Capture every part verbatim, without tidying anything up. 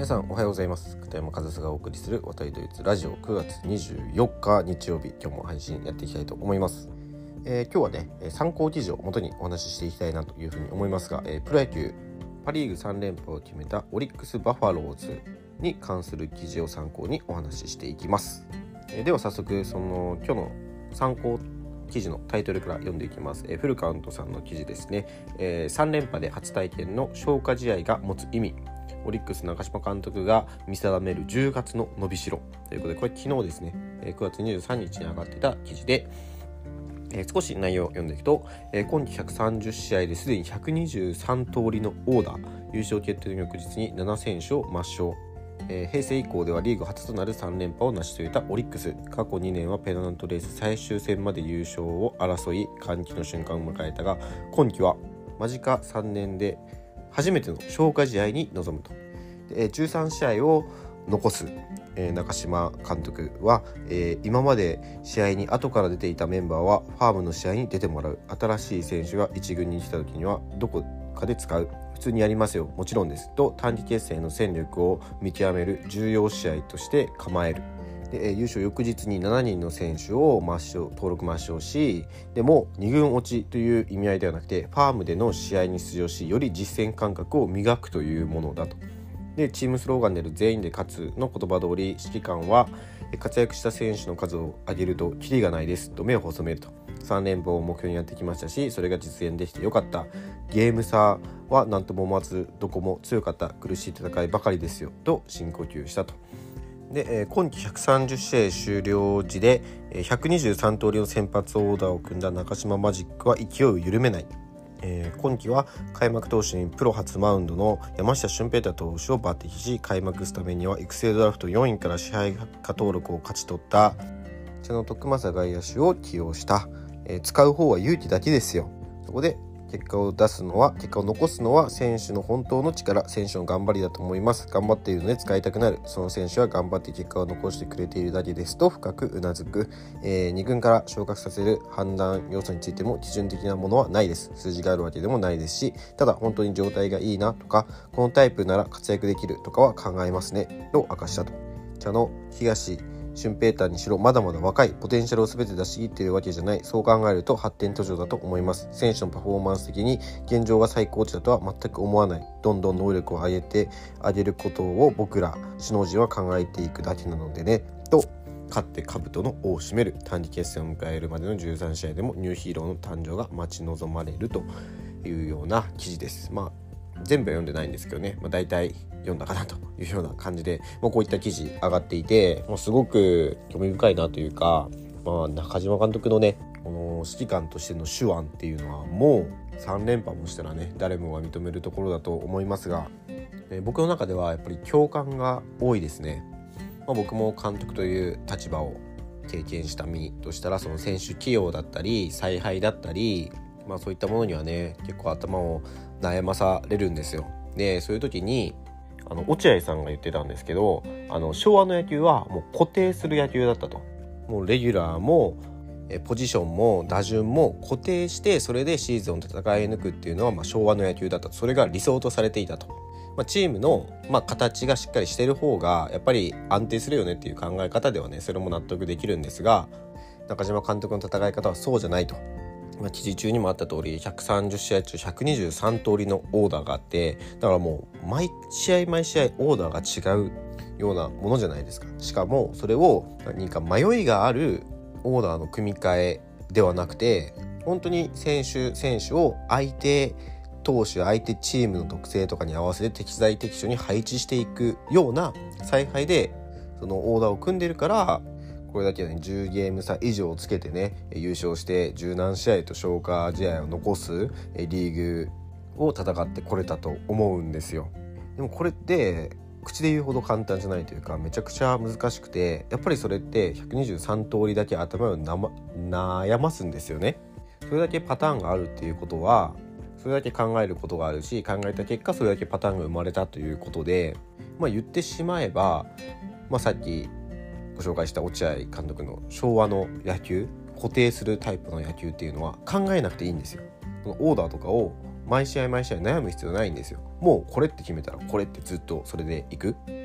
皆さんおはようございます。片山和沙がお送りする渡りドイツラジオくがつにじゅうよっか日曜日、今日も配信やっていきたいと思います。えー、今日はね参考記事を元にお話ししていきたいなというふうに思いますが、えー、プロ野球パリーグさん連覇を決めたオリックスバファローズに関する記事を参考にお話ししていきます。えー、では早速その今日の参考記事のタイトルから読んでいきます。えー、フルカウントさんの記事ですね。えー、さん連覇で初体験の消化試合が持つ意味、オリックス中島監督が見定めるじゅうがつの伸びしろということで、これ昨日ですね、くがつにじゅうさんにちに上がっていた記事で、えー、少し内容を読んでいくと、えー、今季ひゃくさんじゅうしあいですでにひゃくにじゅうさんとおりのオーダー、優勝決定の翌日にななせんしゅを抹消、えー、平成以降ではリーグ初となるさん連覇を成し遂げたオリックス、過去にねんはペナントレース最終戦まで優勝を争い歓喜の瞬間を迎えたが、今季は間近さんねんで初めての消化試合に臨むと。でじゅうさんしあいを残す、えー、中島監督は、えー、今まで試合に後から出ていたメンバーはファームの試合に出てもらう、新しい選手が一軍に来た時にはどこかで使う、普通にやりますよ、もちろんですと短期決戦の戦力を見極める重要試合として構える。で優勝翌日にしちにんの選手を抹消登録抹消し、でもに軍落ちという意味合いではなくてファームでの試合に出場し、より実戦感覚を磨くというものだと。でチームスローガンである全員で勝つの言葉通り、指揮官は活躍した選手の数を上げるとキリがないですと目を細めると。さん連覇を目標にやってきましたし、それが実現できてよかった。ゲーム差は何とも思わずどこも強かった、苦しい戦いばかりですよと深呼吸したと。で今季ひゃくさんじゅうしあい終了時でひゃくにじゅうさんとおりの先発オーダーを組んだ中島マジックは勢いを緩めない。えー、今季は開幕投手にプロ初マウンドの山下舜平太投手を抜擢し、開幕スタメンには育成ドラフトよんいから支配下登録を勝ち取った茶野徳正外野手を起用した。えー、使う方は勇気だけですよ。そこで結果を出すのは結果を残すのは選手の本当の力、選手の頑張りだと思います。頑張っているので使いたくなる、その選手は頑張って結果を残してくれているだけですと深くうなずく。えー、に軍から昇格させる判断要素についても基準的なものはないです。数字があるわけでもないですし、ただ本当に状態がいいなとか、このタイプなら活躍できるとかは考えますねと明かしたと。茶の東俊平太にしろ、まだまだ若い、ポテンシャルを全て出し切っているわけじゃない、そう考えると発展途上だと思います。選手のパフォーマンス的に現状が最高値だとは全く思わない。どんどん能力を上げてあげることを僕ら首脳陣は考えていくだけなのでねと、勝って兜の尾を締める。短期決戦を迎えるまでのじゅうさんしあいでもニューヒーローの誕生が待ち望まれるというような記事です。まあ全部は読んでないんですけどね、まあ、大体読んだかなというような感じで、まあ、こういった記事上がっていて、もうすごく興味深いなというか、まあ、中島監督のねこの指揮官としての手腕っていうのはもうさん連覇もしたらね誰もが認めるところだと思いますが、えー、僕の中ではやっぱり共感が多いですね。まあ、僕も監督という立場を経験した身としたら、その選手起用だったり采配だったり、まあ、そういったものにはね結構頭を悩まされるんですよ。でそういう時にあの落合さんが言ってたんですけど、あの昭和の野球はもう固定する野球だったと。もうレギュラーもえポジションも打順も固定して、それでシーズンを戦い抜くっていうのはまあ昭和の野球だったと。それが理想とされていたと。まあ、チームのまあ形がしっかりしている方がやっぱり安定するよねっていう考え方ではね、それも納得できるんですが、中島監督の戦い方はそうじゃないと。まあ、記事中にもあった通りひゃくさんじゅうしあい中ひゃくにじゅうさんとおりのオーダーがあって、だからもう毎試合毎試合オーダーが違うようなものじゃないですか。しかもそれを何か迷いがあるオーダーの組み替えではなくて、本当に選手選手を相手投手相手チームの特性とかに合わせて適材適所に配置していくような采配でそのオーダーを組んでるから、これだけで、ね、じゅうゲーム差以上つけてね優勝して十何試合と消化試合を残すリーグを戦ってこれたと思うんですよ。でもこれって口で言うほど簡単じゃないというか、めちゃくちゃ難しくて、やっぱりそれってひゃくにじゅうさんとおりだけ頭をな、ま、悩ますんですよね。それだけパターンがあるっていうことは、それだけ考えることがあるし、考えた結果それだけパターンが生まれたということで、まあ言ってしまえば、まあ、さっきご紹介した落合監督の昭和の野球、固定するタイプの野球っていうのは考えなくていいんですよ。このオーダーとかを毎試合毎試合悩む必要ないんですよ。もうこれって決めたらこれってずっとそれでいく。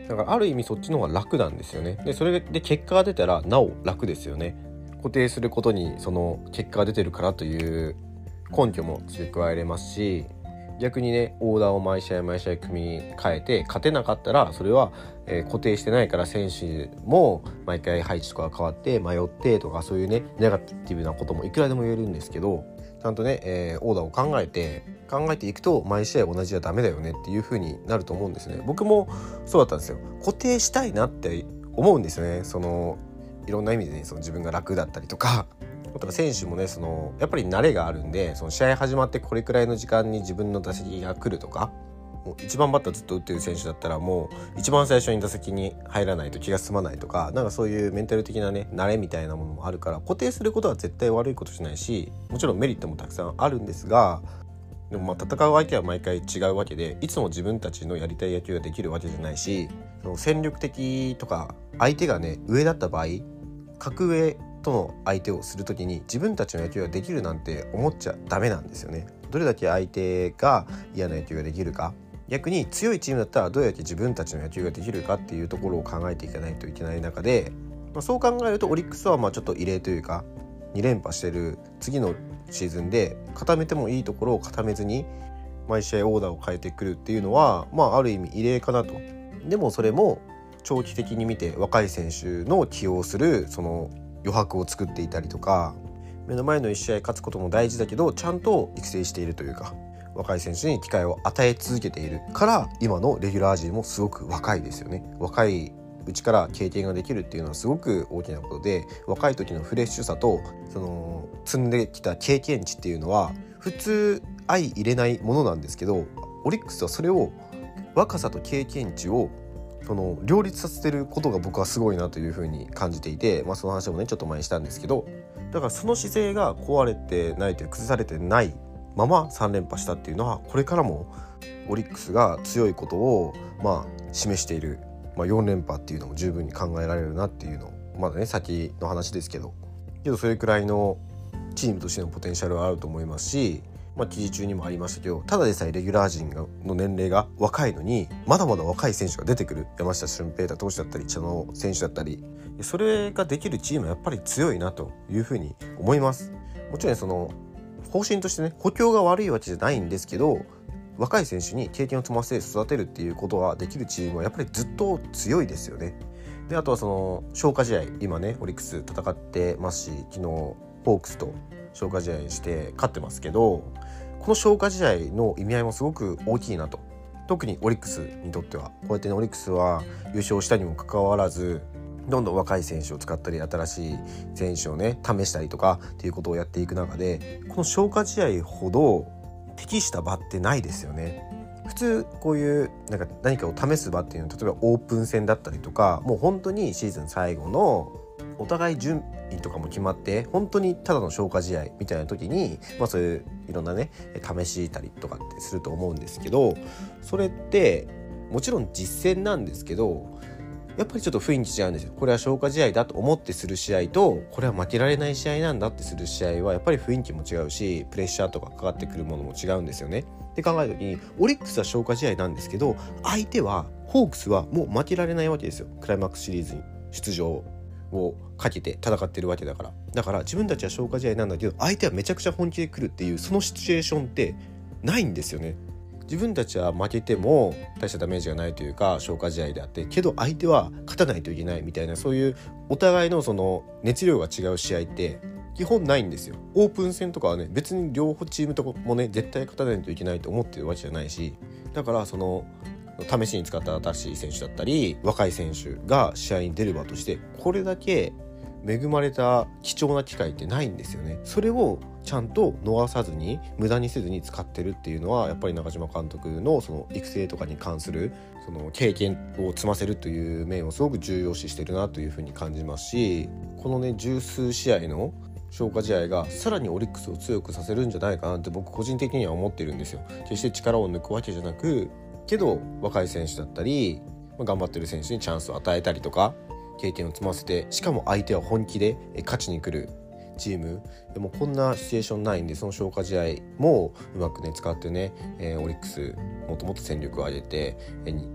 だからある意味そっちの方が楽なんですよね。でそれで結果が出たらなお楽ですよね。固定することにその結果が出てるからという根拠も付け加えれますし、逆にねオーダーを毎試合毎試合組み替えて勝てなかったらそれは、えー、固定してないから選手も毎回配置とかが変わって迷ってとか、そういうねネガティブなこともいくらでも言えるんですけど、ちゃんとね、えー、オーダーを考えて考えていくと毎試合同じじゃダメだよねっていう風になると思うんですね。僕もそうだったんですよ。固定したいなって思うんですよね。そのいろんな意味でね、その自分が楽だったりとか、例えば選手もねそのやっぱり慣れがあるんで、その試合始まってこれくらいの時間に自分の打席が来るとか、もう一番バッターずっと打ってる選手だったらもう一番最初に打席に入らないと気が済まないとか、なんかそういうメンタル的なね慣れみたいなものもあるから、固定することは絶対悪いことじゃないし、もちろんメリットもたくさんあるんですが、でもまあ戦う相手は毎回違うわけで、いつも自分たちのやりたい野球ができるわけじゃないし、その戦力的とか相手がね上だった場合、格上との相手をするときに自分たちの野球ができるなんて思っちゃダメなんですよね。どれだけ相手が嫌な野球ができるか、逆に強いチームだったらどうやって自分たちの野球ができるかっていうところを考えていかないといけない中で、まあ、そう考えるとオリックスはまあちょっと異例というか、に連覇してる次のシーズンで固めてもいいところを固めずに毎試合オーダーを変えてくるっていうのは、まあある意味異例かなと。でもそれも長期的に見て若い選手の起用するその余白を作っていたりとか、目の前のいち試合勝つことも大事だけどちゃんと育成しているというか、若い選手に機会を与え続けているから今のレギュラー陣もすごく若いですよね。若いうちから経験ができるっていうのはすごく大きなことで、若い時のフレッシュさとその積んできた経験値っていうのは普通相入れないものなんですけど、オリックスはそれを若さと経験値をその両立させてることが僕はすごいなというふうに感じていて、まあ、その話もねちょっと前にしたんですけど、だからその姿勢が壊れてないという崩されてないままさん連覇したっていうのは、これからもオリックスが強いことをまあ示している、まあ、よん連覇っていうのも十分に考えられるなっていうの、まだね先の話ですけどけどそれくらいのチームとしてのポテンシャルはあると思いますし、まあ、記事中にもありましたけど、ただでさえレギュラー陣の年齢が若いのにまだまだ若い選手が出てくる、山下舜平太投手だったり茶野選手だったり、それができるチームはやっぱり強いなというふうに思います。もちろんその方針としてね補強が悪いわけじゃないんですけど、若い選手に経験を積ませて育てるっていうことができるチームはやっぱりずっと強いですよね。であとはその消化試合、今ねオリックス戦ってますし、昨日ホークスと消化試合して勝ってますけど、この消化試合の意味合いもすごく大きいなと。特にオリックスにとってはこうやってねオリックスは優勝したにもかかわらずどんどん若い選手を使ったり新しい選手をね試したりとかっていうことをやっていく中で、この消化試合ほど適した場ってないですよね。普通こういうなんか何かを試す場っていうのは、例えばオープン戦だったりとか、もう本当にシーズン最後のお互い準備とかも決まって本当にただの消化試合みたいな時に、まあそういういろんなね試したりとかってすると思うんですけど、それってもちろん実戦なんですけど、やっぱりちょっと雰囲気違うんですよ。これは消化試合だと思ってする試合と、これは負けられない試合なんだってする試合はやっぱり雰囲気も違うし、プレッシャーとかかかってくるものも違うんですよね。って考えた時にオリックスは消化試合なんですけど、相手はホークスはもう負けられないわけですよ。クライマックスシリーズに出場をかけて戦ってるわけだから。だから自分たちは消化試合なんだけど相手はめちゃくちゃ本気で来るっていう、そのシチュエーションってないんですよね。自分たちは負けても大したダメージがないというか消化試合であって、けど相手は勝たないといけないみたいな、そういうお互いのその熱量が違う試合って基本ないんですよ。オープン戦とかはね別に両方チームともね絶対勝たないといけないと思ってるわけじゃないし、だからその試しに使った新しい選手だったり若い選手が試合に出る場としてこれだけ恵まれた貴重な機会ってないんですよね。それをちゃんと逃さずに無駄にせずに使ってるっていうのはやっぱり中島監督のその育成とかに関するその経験を積ませるという面をすごく重要視してるなというふうに感じますし、このね十数試合の消化試合がさらにオリックスを強くさせるんじゃないかなって僕個人的には思ってるんですよ。決して力を抜くわけじゃなく、けど若い選手だったり頑張ってる選手にチャンスを与えたりとか経験を積ませて、しかも相手は本気で勝ちに来るチームでもこんなシチュエーションないんで、その消化試合もうまくね使ってね、えー、オリックスもっともっと戦力を上げて、えー、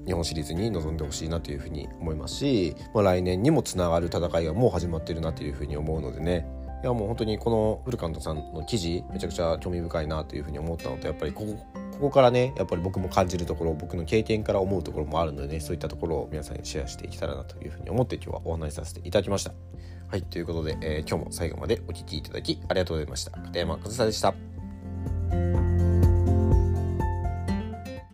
日本シリーズに臨んでほしいなというふうに思いますし、まあ、来年にもつながる戦いがもう始まってるなというふうに思うのでね、いやもう本当にこのフルカントさんの記事めちゃくちゃ興味深いなというふうに思ったのと、やっぱりここここからねやっぱり僕も感じるところ、僕の経験から思うところもあるのでね、そういったところを皆さんにシェアしていけたらなというふうに思って今日はお話しさせていただきました。はい、ということで、えー、今日も最後までお聞きいただきありがとうございました。片山和沙でした。